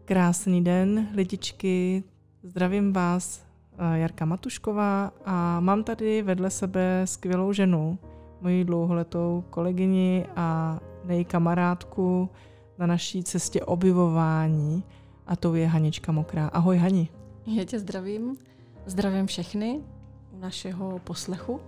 Krásný den, lidičky, zdravím vás, Jarka Matušková a mám tady vedle sebe skvělou ženu, moji dlouholetou kolegyni a její kamarádku na naší cestě objevování a tou je Hanička Mokrá. Ahoj Hani. Já tě zdravím všechny u našeho poslechu.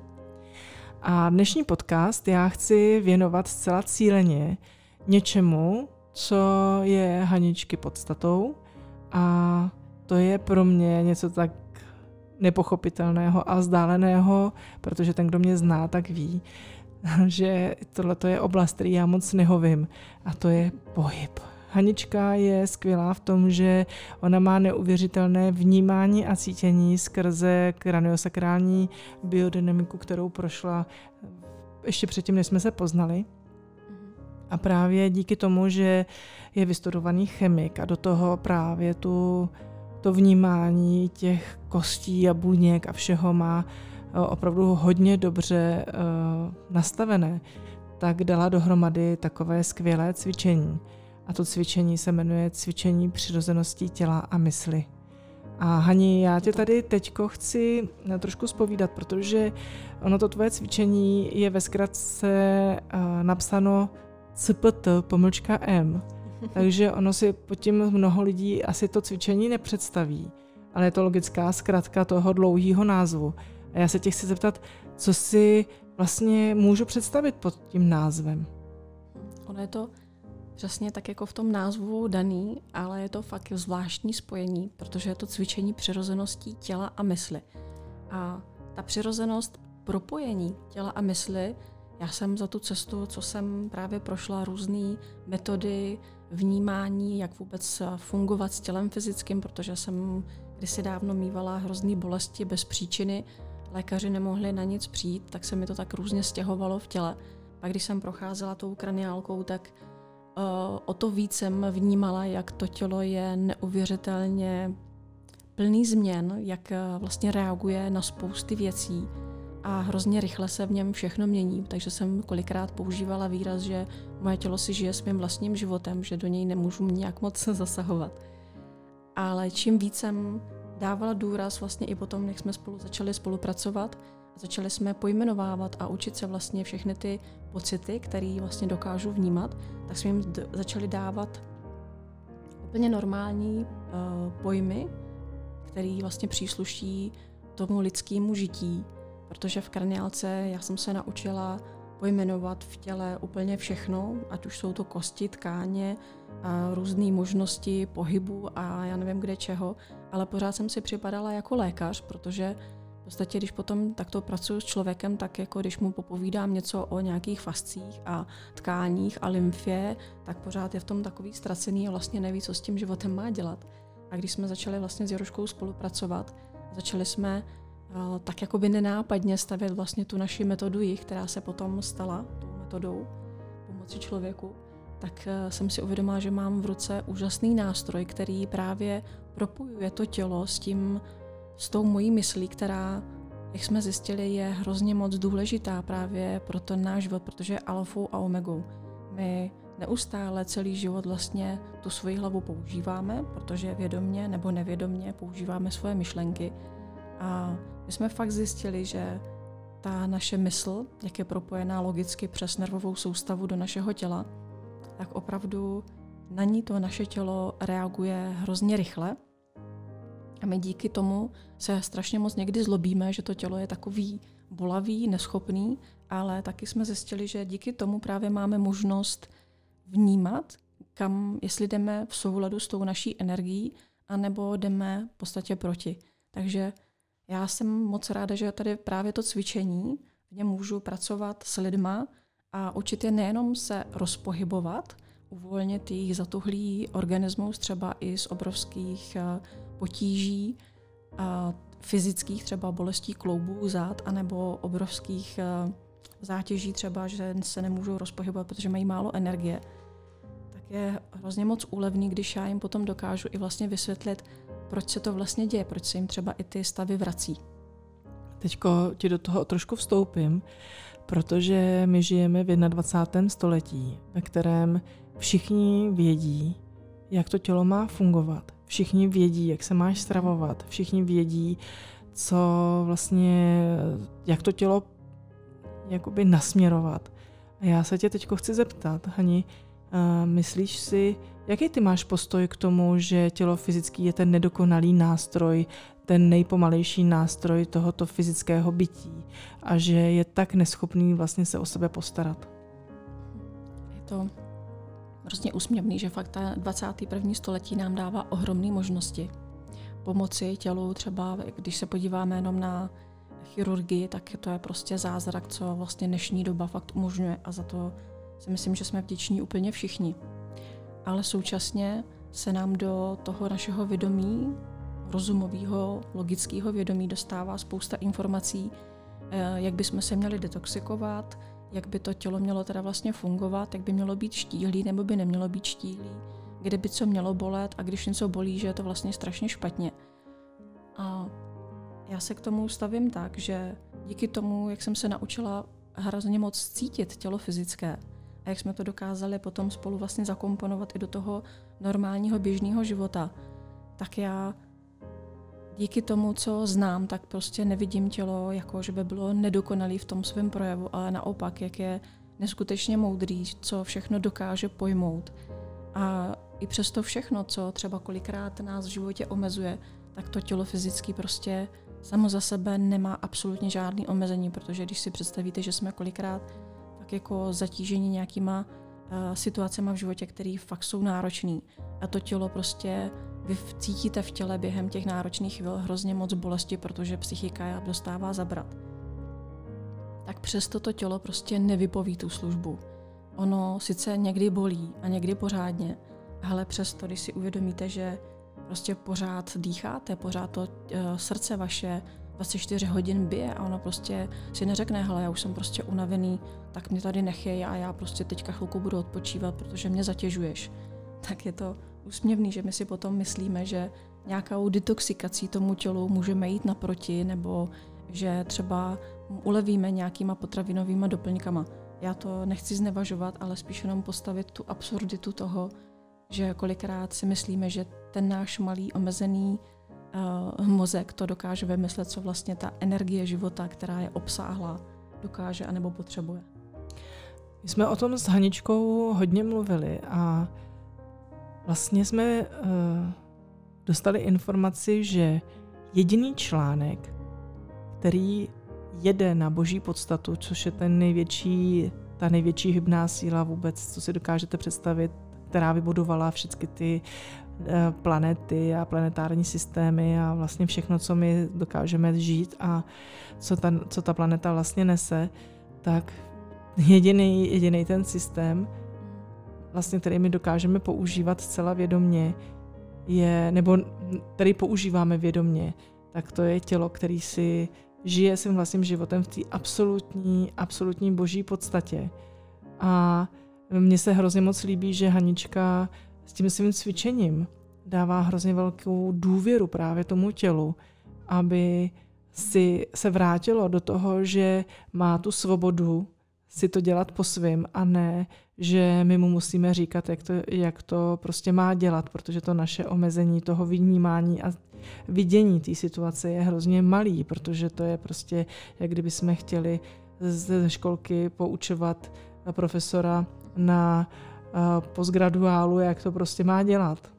A dnešní podcast já chci věnovat zcela cíleně něčemu, co je Haničky podstatou a to je pro mě něco tak nepochopitelného a vzdáleného, protože ten, kdo mě zná, tak ví, že tohle je oblast, který já moc nehovím a to je pohyb. Hanička je skvělá v tom, že ona má neuvěřitelné vnímání a cítění skrze kraniosakrální biodynamiku, kterou prošla ještě předtím, než jsme se poznali. A právě díky tomu, že je vystudovaný chemik a do toho právě to vnímání těch kostí a buněk a všeho má opravdu hodně dobře nastavené, tak dala dohromady takové skvělé cvičení. A to cvičení se jmenuje cvičení přirozeností těla a mysli. A Hani, já tě tady teďko chci trošku zpovídat, protože ono to tvoje cvičení je ve zkratce napsáno CPT-M, takže ono si pod tím mnoho lidí asi to cvičení nepředstaví, ale je to logická zkratka toho dlouhého názvu. A já se tě chci zeptat, co si vlastně můžu představit pod tím názvem? Ono je to přesně tak jako v tom názvu daný, ale je to fakt zvláštní spojení, protože je to cvičení přirozeností těla a mysli. A ta přirozenost propojení těla a mysli, já jsem za tu cestu, co jsem právě prošla, různé metody vnímání, jak vůbec fungovat s tělem fyzickým, protože jsem kdysi dávno mívala hrozný bolesti bez příčiny, lékaři nemohli na nic přijít, tak se mi to tak různě stěhovalo v těle. Pak když jsem procházela tou kraniálkou, tak o to víc jsem vnímala, jak to tělo je neuvěřitelně plný změn, jak vlastně reaguje na spousty věcí a hrozně rychle se v něm všechno mění. Takže jsem kolikrát používala výraz, že moje tělo si žije svým vlastním životem, že do něj nemůžu nějak moc zasahovat. Ale čím víc jsem dávala důraz vlastně i potom, jak jsme začali spolupracovat, začali jsme pojmenovávat a učit se vlastně všechny ty pocity, které vlastně dokážu vnímat, tak jsme jim začali dávat úplně normální pojmy, které vlastně přísluší tomu lidskému žití, protože v kraniálce já jsem se naučila pojmenovat v těle úplně všechno, ať už jsou to kosti, tkáně, různé možnosti pohybu a já nevím kde čeho, ale pořád jsem si připadala jako lékař, protože v podstatě, když potom takto pracuji s člověkem, tak jako když mu popovídám něco o nějakých fascích a tkáních a lymfě, tak pořád je v tom takový ztracený a vlastně neví, co s tím životem má dělat. A když jsme začali vlastně s Jiroškou spolupracovat, začali jsme tak jakoby nenápadně stavět vlastně tu naši metodu jich, která se potom stala tou metodou pomoci člověku, tak jsem si uvědomila, že mám v ruce úžasný nástroj, který právě propojuje to tělo s tou mojí myslí, která, jak jsme zjistili, je hrozně moc důležitá právě pro ten náš život, protože je alfou a omegou. My neustále celý život vlastně tu svoji hlavu používáme, protože vědomě nebo nevědomě používáme svoje myšlenky. A my jsme fakt zjistili, že ta naše mysl, jak je propojená logicky přes nervovou soustavu do našeho těla, tak opravdu na ní to naše tělo reaguje hrozně rychle. A my díky tomu se strašně moc někdy zlobíme, že to tělo je takový bolavý, neschopný, ale taky jsme zjistili, že díky tomu právě máme možnost vnímat, kam, jestli jdeme v souladu s tou naší energií, anebo jdeme v podstatě proti. Takže já jsem moc ráda, že tady právě to cvičení, v něm můžu pracovat s lidma a učit je nejenom se rozpohybovat, uvolnit jejich zatuhlý organismus třeba i z obrovských potíží, fyzických třeba bolestí kloubů, zád, anebo obrovských zátěží třeba, že se nemůžou rozpohybovat, protože mají málo energie. Tak je hrozně moc úlevný, když já jim potom dokážu i vlastně vysvětlit, proč se to vlastně děje, proč se jim třeba i ty stavy vrací. Teďko ti do toho trošku vstoupím, protože my žijeme v 21. století, ve kterém všichni vědí, jak to tělo má fungovat. Všichni vědí, jak se máš stravovat. Všichni vědí, co vlastně, jak to tělo jakoby nasměrovat. A já se tě teď chci zeptat, Hani, myslíš si, jaký ty máš postoj k tomu, že tělo fyzické je ten nedokonalý nástroj, ten nejpomalejší nástroj tohoto fyzického bytí a že je tak neschopný vlastně se o sebe postarat? Je to hrozně úsměvný, že fakt ta 21. století nám dává ohromné možnosti pomoci tělu. Třeba když se podíváme jenom na chirurgii, tak to je prostě zázrak, co vlastně dnešní doba fakt umožňuje a za to si myslím, že jsme vděční úplně všichni. Ale současně se nám do toho našeho vědomí, rozumového, logického vědomí dostává spousta informací, jak bychom se měli detoxikovat, jak by to tělo mělo teda vlastně fungovat, jak by mělo být štíhlý nebo by nemělo být štíhlý, kde by co mělo bolet a když něco bolí, že je to vlastně strašně špatně. A já se k tomu stavím tak, že díky tomu, jak jsem se naučila hrozně moc cítit tělo fyzické a jak jsme to dokázali potom spolu vlastně zakomponovat i do toho normálního běžného života, tak já díky tomu, co znám, tak prostě nevidím tělo jako, že by bylo nedokonalý v tom svém projevu, ale naopak, jak je neskutečně moudrý, co všechno dokáže pojmout. A i přes to všechno, co třeba kolikrát nás v životě omezuje, tak to tělo fyzicky prostě samo za sebe nemá absolutně žádný omezení, protože když si představíte, že jsme kolikrát tak jako zatížení nějakýma situacemi v životě, které fakt jsou náročné. A to tělo prostě, vy cítíte v těle během těch náročných chvil hrozně moc bolesti, protože psychika dostává zabrat. Tak přesto to tělo prostě nevypoví tu službu. Ono sice někdy bolí a někdy pořádně, ale přesto, když si uvědomíte, že prostě pořád dýcháte, pořád to srdce vaše 24 hodin bije a ono prostě si neřekne, hele, já už jsem prostě unavený, tak mě tady nechej a já prostě teďka chvilku budu odpočívat, protože mě zatěžuješ. Tak je to úsměvný, že my si potom myslíme, že nějakou detoxikací tomu tělu můžeme jít naproti, nebo že třeba ulevíme nějakýma potravinovýma doplňkama. Já to nechci znevažovat, ale spíš jenom postavit tu absurditu toho, že kolikrát si myslíme, že ten náš malý omezený mozek to dokáže vymyslet, co vlastně ta energie života, která je obsáhlá, dokáže anebo potřebuje. My jsme o tom s Haničkou hodně mluvili a vlastně jsme dostali informaci, že jediný článek, který jede na boží podstatu, což je ta největší hybná síla vůbec, co si dokážete představit, která vybudovala všechny ty planety a planetární systémy a vlastně všechno, co my dokážeme žít a co ta planeta vlastně nese, tak jediný ten systém, vlastně, který my dokážeme používat zcela vědomně, nebo který používáme vědomně, tak to je tělo, který si žije svým vlastním životem v té absolutní boží podstatě. A mně se hrozně moc líbí, že Hanička s tím svým cvičením dává hrozně velkou důvěru právě tomu tělu, aby si se vrátilo do toho, že má tu svobodu si to dělat po svým a ne, že my mu musíme říkat, jak to prostě má dělat, protože to naše omezení toho vnímání a vidění té situace je hrozně malý, protože to je prostě, jak kdyby jsme chtěli ze školky poučovat profesora na postgraduálu, jak to prostě má dělat.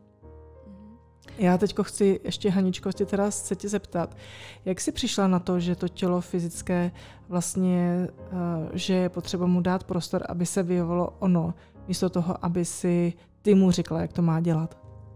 Já teďko chci ještě, Haničko, se tě zeptat, jak jsi přišla na to, že to tělo fyzické vlastně, že je potřeba mu dát prostor, aby se vyjevilo ono, místo toho, aby si ty mu řekla, jak to má dělat?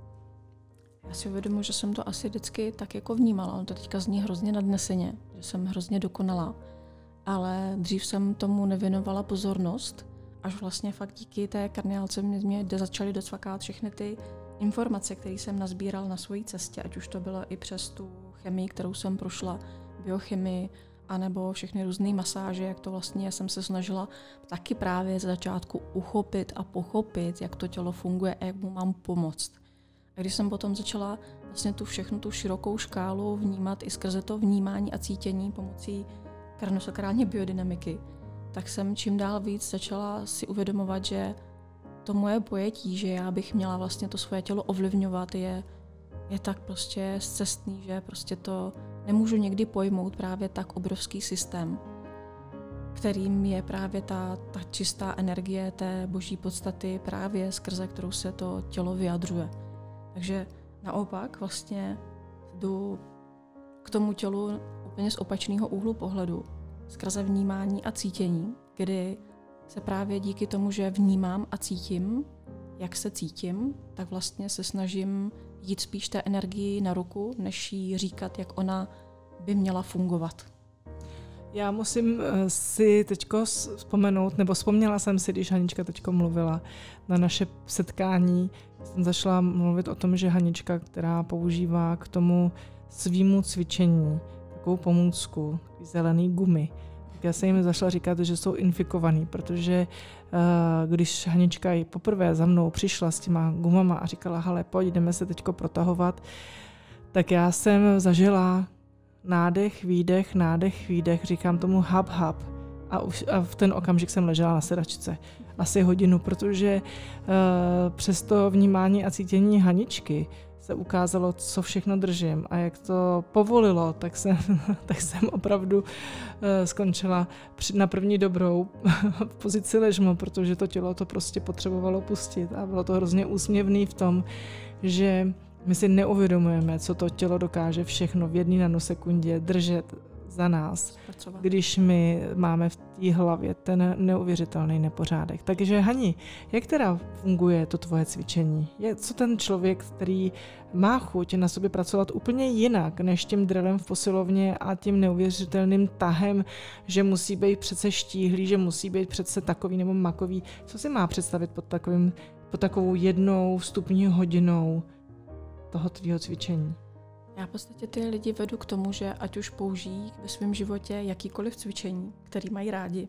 Já si uvědomuji, že jsem to asi vždycky tak jako vnímala. On to teďka zní hrozně nadneseně, že jsem hrozně dokonalá. Ale dřív jsem tomu nevěnovala pozornost, až vlastně fakt díky té kardiálce mě začaly docvakat všechny ty informace, které jsem nazbíral na své cestě, ať už to bylo i přes tu chemii, kterou jsem prošla, biochemii, anebo všechny různé masáže, jak to vlastně jsem se snažila taky právě z začátku uchopit a pochopit, jak to tělo funguje a jak mu mám pomoct. A když jsem potom začala vlastně všechnu tu širokou škálu vnímat i skrze to vnímání a cítění pomocí kranosakrální biodynamiky, tak jsem čím dál víc začala si uvědomovat, že to moje pojetí, že já bych měla vlastně to svoje tělo ovlivňovat, je tak prostě scestný, že prostě to nemůžu někdy pojmout právě tak obrovský systém, kterým je právě ta čistá energie té boží podstaty, právě skrze kterou se to tělo vyjadřuje. Takže naopak vlastně jdu k tomu tělu úplně z opačného úhlu pohledu, skrze vnímání a cítění, kdy se právě díky tomu, že vnímám a cítím, jak se cítím, tak vlastně se snažím jít spíš té energii na ruku, než jí říkat, jak ona by měla fungovat. Já musím si teďko vzpomenout, nebo vzpomněla jsem si, když Hanička teďko mluvila na naše setkání, jsem začala mluvit o tom, že Hanička, která používá k tomu svýmu cvičení takovou pomůcku, takový zelený gumy, tak já jsem jim začala říkat, že jsou infikovaný, protože když Hanička poprvé za mnou přišla s těma gumama a říkala, hele, pojď, jdeme se teďko protahovat, tak já jsem zažila nádech, výdech, říkám tomu hub. A v ten okamžik jsem ležela na sedačce asi hodinu, protože přes to vnímání a cítění Haničky se ukázalo, co všechno držím. A jak to povolilo, tak jsem opravdu skončila na první dobrou v pozici ležmo, protože to tělo to prostě potřebovalo pustit. A bylo to hrozně úsměvný v tom, že my si neuvědomujeme, co to tělo dokáže všechno v 1 nanosekundě držet za nás, když my máme v té hlavě ten neuvěřitelný nepořádek. Takže Hani, jak teda funguje to tvoje cvičení? Co ten člověk, který má chuť na sobě pracovat úplně jinak, než tím drilem v posilovně a tím neuvěřitelným tahem, že musí být přece štíhlý, že musí být přece takový nebo makový. Co si má představit pod takovou 1 vstupní hodinou toho tvýho cvičení? Já v podstatě ty lidi vedu k tomu, že ať už použijí ve svém životě jakýkoliv cvičení, který mají rádi,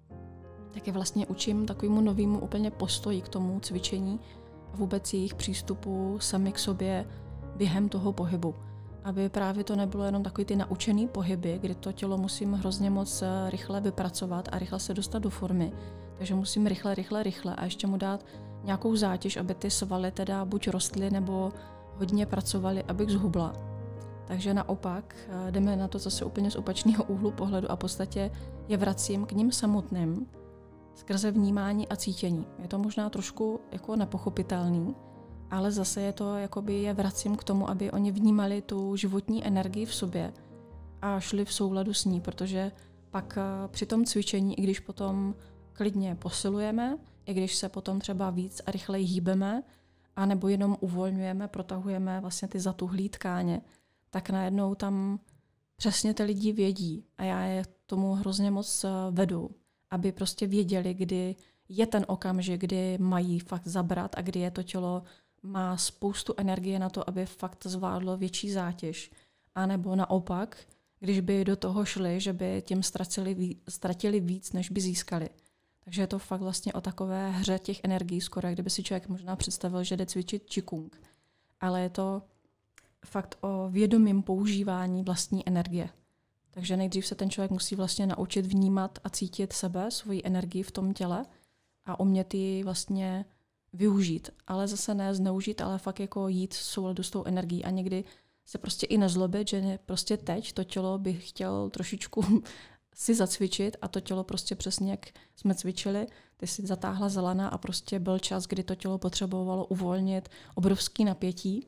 tak je vlastně učím takovému novému úplně postoji k tomu cvičení a vůbec jejich přístupu sami k sobě během toho pohybu. Aby právě to nebylo jenom takový ty naučený pohyby, kdy to tělo musím hrozně moc rychle vypracovat a rychle se dostat do formy. Takže musím rychle a ještě mu dát nějakou zátěž, aby ty svaly teda buď rostly nebo hodně pracovali, abych zhubla. Takže naopak jdeme na to zase úplně z opačného úhlu pohledu a v podstatě je vracím k nim samotným skrze vnímání a cítění. Je to možná trošku jako nepochopitelný, ale zase je to, jakoby je vracím k tomu, aby oni vnímali tu životní energii v sobě a šli v souladu s ní, protože pak při tom cvičení, i když potom klidně posilujeme, i když se potom třeba víc a rychleji hýbeme, a nebo jenom uvolňujeme, protahujeme vlastně ty zatuhlý tkáně, tak najednou tam přesně ty lidi vědí a já je tomu hrozně moc vedu, aby prostě věděli, kdy je ten okamžik, kdy mají fakt zabrat a kdy je to tělo má spoustu energie na to, aby fakt zvládlo větší zátěž. A nebo naopak, když by do toho šli, že by tím ztratili víc, než by získali. Takže je to fakt vlastně o takové hře těch energií skoro, jak kdyby si člověk možná představil, že jde cvičit qigong. Ale je to fakt o vědomém používání vlastní energie. Takže nejdřív se ten člověk musí vlastně naučit vnímat a cítit sebe, svoji energii v tom těle a umět ji vlastně využít. Ale zase ne zneužít, ale fakt jako jít v souladu s tou energií a někdy se prostě i nezlobit, že prostě teď to tělo by chtěl trošičku si zacvičit a to tělo prostě přesně jak jsme cvičili, ty si zatáhla zelena a prostě byl čas, kdy to tělo potřebovalo uvolnit obrovský napětí,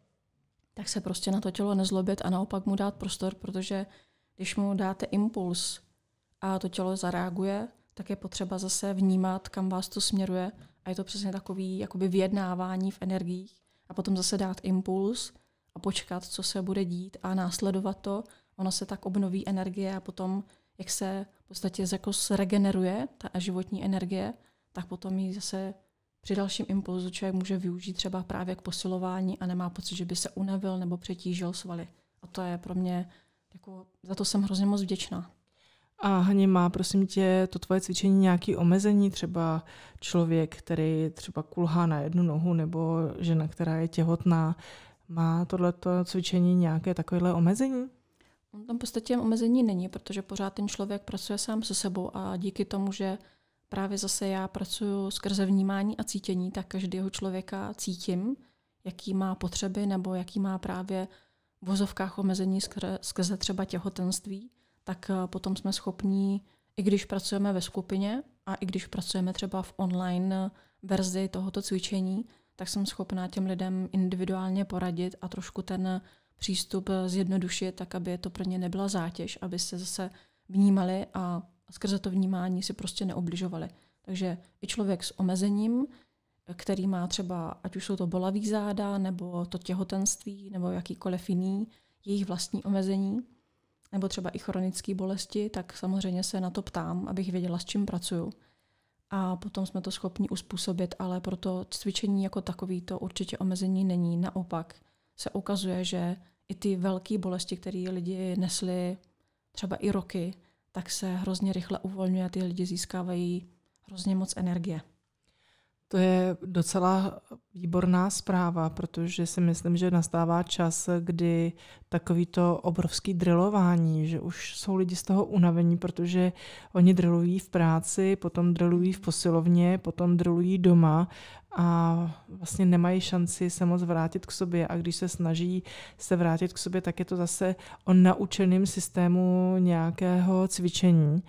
tak se prostě na to tělo nezlobit a naopak mu dát prostor, protože když mu dáte impuls a to tělo zareaguje, tak je potřeba zase vnímat, kam vás to směruje a je to přesně takový jakoby vyjednávání v energiích a potom zase dát impuls a počkat, co se bude dít a následovat to, ono se tak obnoví energie a potom jak se v podstatě jako zregeneruje ta životní energie, tak potom ji zase při dalším impulzu člověk může využít třeba právě k posilování a nemá pocit, že by se unavil nebo přetížil svaly. A to je pro mě, jako, za to jsem hrozně moc vděčná. A Hani, má prosím tě to tvoje cvičení nějaké omezení? Třeba člověk, který třeba kulhá na 1 nohu nebo žena, která je těhotná, má tohleto cvičení nějaké takovéhle omezení? Tam v podstatě omezení není, protože pořád ten člověk pracuje sám se sebou a díky tomu, že právě zase já pracuji skrze vnímání a cítění, tak každého člověka cítím, jaký má potřeby nebo jaký má právě v vozovkách omezení skrze třeba těhotenství, tak potom jsme schopní, i když pracujeme ve skupině a i když pracujeme třeba v online verzi tohoto cvičení, tak jsem schopná těm lidem individuálně poradit a trošku ten přístup zjednodušit, tak aby to pro ně nebyla zátěž, aby se zase vnímali a skrze to vnímání si prostě neubližovali. Takže i člověk s omezením, který má třeba, ať už jsou to bolavý záda, nebo to těhotenství, nebo jakýkoliv jiný jejich vlastní omezení, nebo třeba i chronické bolesti, tak samozřejmě se na to ptám, abych věděla, s čím pracuju. A potom jsme to schopni uspůsobit, ale pro to cvičení jako takový to určitě omezení není. Naopak se ukazuje, že i ty velké bolesti, které lidi nesli třeba i roky, tak se hrozně rychle uvolňuje a ty lidi získávají hrozně moc energie. To je docela výborná zpráva, protože si myslím, že nastává čas, kdy takovýto obrovský drillování, že už jsou lidi z toho unavení, protože oni drillují v práci, potom drillují v posilovně, potom drillují doma a vlastně nemají šanci se moc vrátit k sobě. A když se snaží se vrátit k sobě, tak je to zase o naučeném systému nějakého cvičení,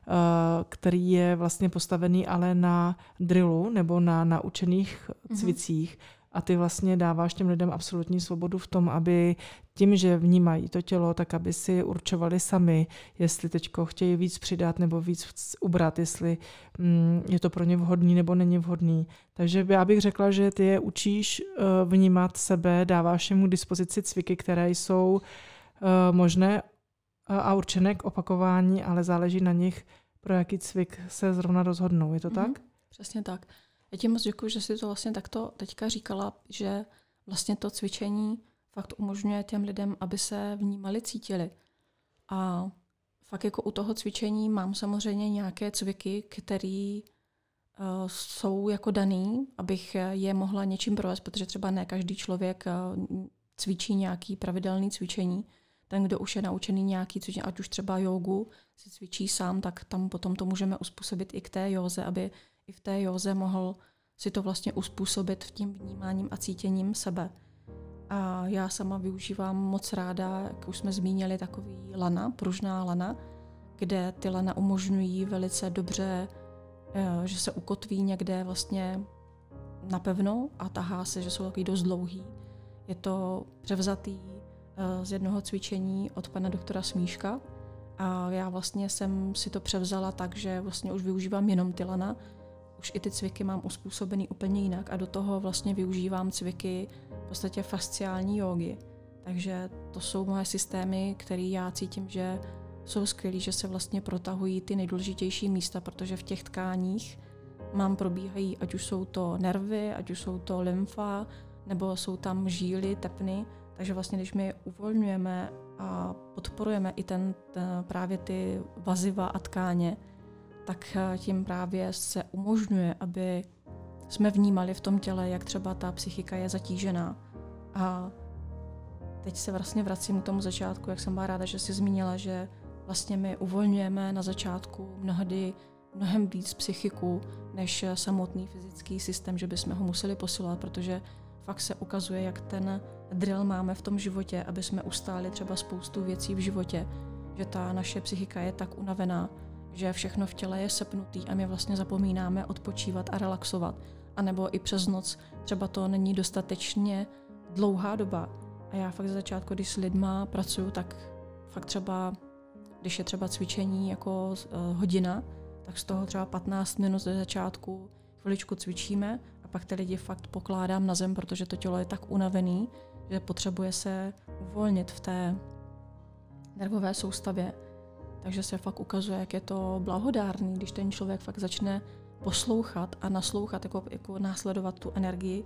který je vlastně postavený ale na drillu nebo na naučených cvicích. A ty vlastně dáváš těm lidem absolutní svobodu v tom, aby tím, že vnímají to tělo, tak aby si určovali sami, jestli teďko chtějí víc přidat nebo víc ubrat, jestli je to pro ně vhodný nebo není vhodný. Takže já bych řekla, že ty je učíš vnímat sebe, dáváš jim k dispozici cviky, které jsou možné a určené k opakování, ale záleží na nich, pro jaký cvik se zrovna rozhodnou. Je to tak? Přesně tak. Já ti moc děkuji, že jsi to vlastně takto teďka říkala, že vlastně to cvičení fakt umožňuje těm lidem, aby se vnímali, cítili. A fakt jako u toho cvičení mám samozřejmě nějaké cviky, které jsou jako daný, abych je mohla něčím provést, protože třeba ne každý člověk cvičí nějaký pravidelný cvičení. Ten, kdo už je naučený nějaký cvičení, ať už třeba jógu si cvičí sám, tak tam potom to můžeme uspůsobit i k té józe, aby i v té józe mohl si to vlastně uspůsobit tím vnímáním a cítěním sebe. A já sama využívám moc ráda, jak už jsme zmínili, takový lana, pružná lana, kde ty lana umožňují velice dobře, že se ukotví někde vlastně napevno a tahá se, že jsou takový dost dlouhý. Je to převzatý z jednoho cvičení od pana doktora Smíška a já vlastně jsem si to převzala tak, že vlastně už využívám jenom ty lana. Už i ty cviky mám uspůsobený úplně jinak a do toho vlastně využívám cviky v podstatě fasciální jógy. Takže to jsou moje systémy, které já cítím, že jsou skvělý, že se vlastně protahují ty nejdůležitější místa, protože v těch tkáních probíhají, ať už jsou to nervy, ať už jsou to lymfa, nebo jsou tam žíly, tepny. Takže vlastně, když my uvolňujeme a podporujeme i právě ty vaziva a tkáně, tak tím právě se umožňuje, aby jsme vnímali v tom těle, jak třeba ta psychika je zatížená. A teď se vlastně vracím k tomu začátku, jak jsem byla ráda, že jsi zmínila, že vlastně my uvolňujeme na začátku mnohdy mnohem víc psychiku, než samotný fyzický systém, že bychom ho museli posilovat, protože fakt se ukazuje, jak ten drill máme v tom životě, aby jsme ustáli třeba spoustu věcí v životě, že ta naše psychika je tak unavená, že všechno v těle je sepnutý a my vlastně zapomínáme odpočívat a relaxovat. A nebo i přes noc třeba to není dostatečně dlouhá doba. A já fakt ze začátku, když s lidma pracuju, tak fakt třeba, když je třeba cvičení jako hodina, tak z toho třeba 15 minut ze začátku chviličku cvičíme a pak ty lidi fakt pokládám na zem, protože to tělo je tak unavený, že potřebuje se uvolnit v té nervové soustavě. Takže se fakt ukazuje, jak je to blahodárný, když ten člověk fakt začne poslouchat a naslouchat, jako následovat tu energii,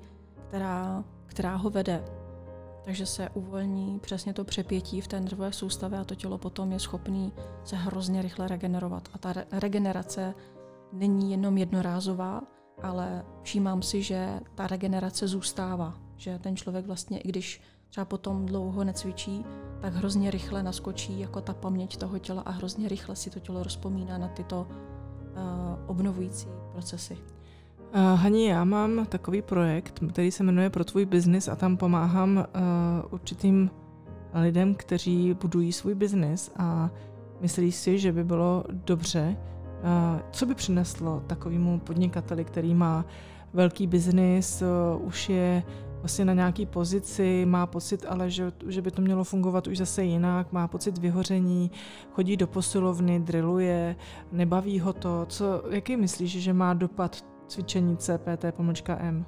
která ho vede. Takže se uvolní přesně to přepětí v té nervové soustavě a to tělo potom je schopné se hrozně rychle regenerovat. A ta regenerace není jenom jednorázová, ale všímám si, že ta regenerace zůstává. Že ten člověk vlastně, i když třeba potom dlouho necvičí, tak hrozně rychle naskočí jako ta paměť toho těla a hrozně rychle si to tělo rozpomíná na tyto obnovující procesy. Hani, já mám takový projekt, který se jmenuje Pro tvůj biznis a tam pomáhám určitým lidem, kteří budují svůj biznis a myslí si, že by bylo dobře, co by přineslo takovému podnikateli, který má velký biznis, už je vlastně na nějaký pozici, má pocit ale, že by to mělo fungovat už zase jinak, má pocit vyhoření, chodí do posilovny, drilluje, nebaví ho to. Jaký myslíš, že má dopad cvičení CPT-M?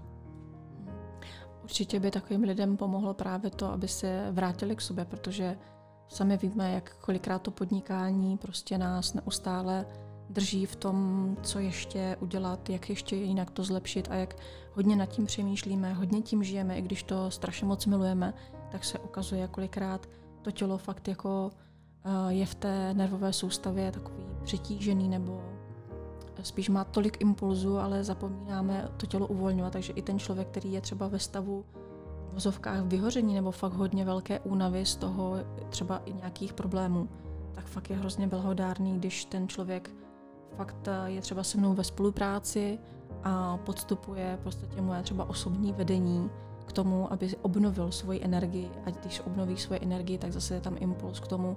Určitě by takovým lidem pomohlo právě to, aby se vrátili k sobě, protože sami víme, jak kolikrát to podnikání prostě nás neustále drží v tom, co ještě udělat, jak ještě jinak to zlepšit a jak hodně nad tím přemýšlíme, hodně tím žijeme, i když to strašně moc milujeme, tak se ukazuje, kolikrát to tělo fakt jako je v té nervové soustavě takový přetížený nebo spíš má tolik impulzů, ale zapomínáme to tělo uvolňovat, takže i ten člověk, který je třeba ve stavu v vozovkách vyhoření nebo fakt hodně velké únavy z toho třeba i nějakých problémů, tak fakt je hrozně blahodárný, když ten člověk fakt je třeba se mnou ve spolupráci a podstupuje v podstatě moje třeba osobní vedení k tomu, aby obnovil svoji energii a když obnoví svoji energii, tak zase je tam impuls k tomu,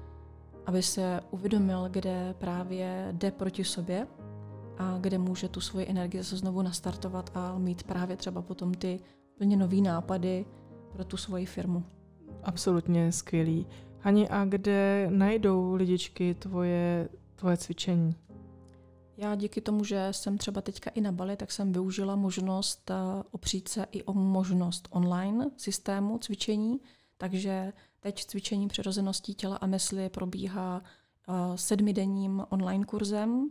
aby se uvědomil, kde právě jde proti sobě a kde může tu svoji energii zase znovu nastartovat a mít právě třeba potom ty úplně nový nápady pro tu svoji firmu. Absolutně skvělý. Hani, a kde najdou lidičky tvoje cvičení? Já díky tomu, že jsem třeba teďka i na Bali, tak jsem využila možnost opřít se i o možnost online systému cvičení, takže teď cvičení přirozeností těla a mysli probíhá 7denním online kurzem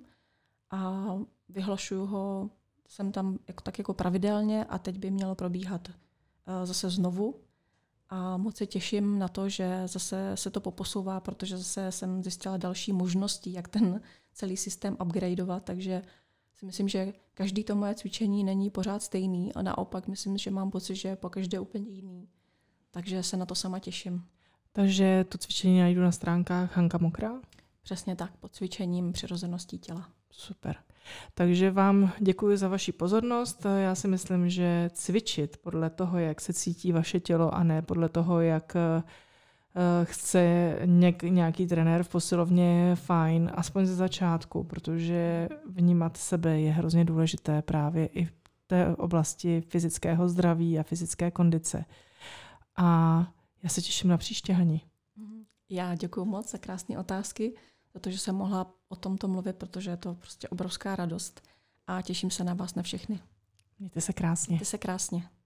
a vyhlašuju ho, jsem tam tak jako pravidelně a teď by mělo probíhat zase znovu. A moc se těším na to, že zase se to poposouvá, protože zase jsem zjistila další možnosti, jak ten celý systém upgradeovat, takže si myslím, že každý to moje cvičení není pořád stejný a naopak myslím, že mám pocit, že po každé úplně jiný. Takže se na to sama těším. Takže to cvičení najdu na stránkách Hanka Mokrá? Přesně tak, pod cvičením přirozeností těla. Super. Takže vám děkuji za vaši pozornost. Já si myslím, že cvičit podle toho, jak se cítí vaše tělo a ne podle toho, jak chce nějaký trenér v posilovně je fajn, aspoň ze začátku, protože vnímat sebe je hrozně důležité právě i v té oblasti fyzického zdraví a fyzické kondice. A já se těším na příště, Hani. Já děkuji moc za krásné otázky, za to, že jsem mohla o tomto mluvit, protože je to prostě obrovská radost a těším se na vás na všechny. Mějte se krásně. Mějte se krásně.